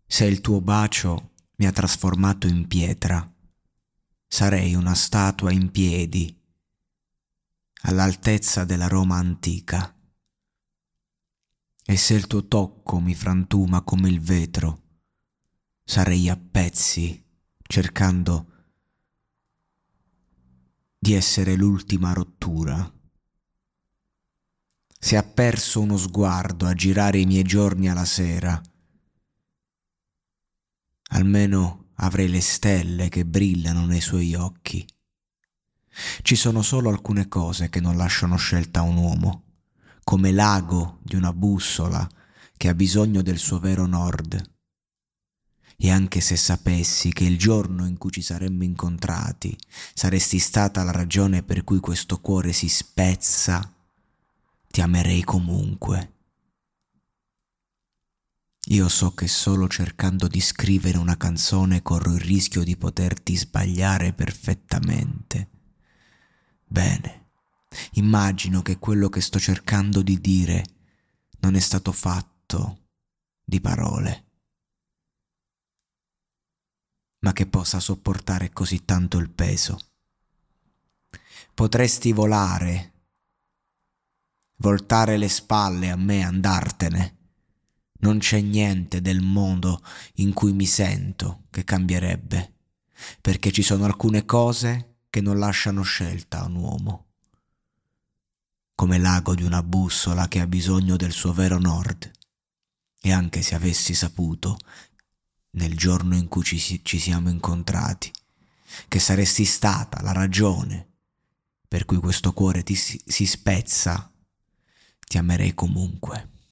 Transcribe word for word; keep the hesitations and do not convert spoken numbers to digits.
Se il tuo bacio mi ha trasformato in pietra, sarei una statua in piedi, all'altezza della Roma antica. E se il tuo tocco mi frantuma come il vetro, sarei a pezzi, cercando di essere l'ultima rottura. Se ha perso uno sguardo a girare i miei giorni alla sera, almeno avrei le stelle che brillano nei suoi occhi. Ci sono solo alcune cose che non lasciano scelta a un uomo, come l'ago di una bussola che ha bisogno del suo vero nord. E anche se sapessi che il giorno in cui ci saremmo incontrati saresti stata la ragione per cui questo cuore si spezza, ti amerei comunque. Io so che solo cercando di scrivere una canzone corro il rischio di poterti sbagliare perfettamente. Bene, immagino che quello che sto cercando di dire non è stato fatto di parole, ma che possa sopportare così tanto il peso. Potresti volare, voltare le spalle a me e andartene. Non c'è niente del mondo in cui mi sento che cambierebbe, perché ci sono alcune cose che non lasciano scelta a un uomo, come l'ago di una bussola che ha bisogno del suo vero nord. E anche se avessi saputo, nel giorno in cui ci, ci siamo incontrati, che saresti stata la ragione per cui questo cuore ti si, si spezza, ti amerei comunque.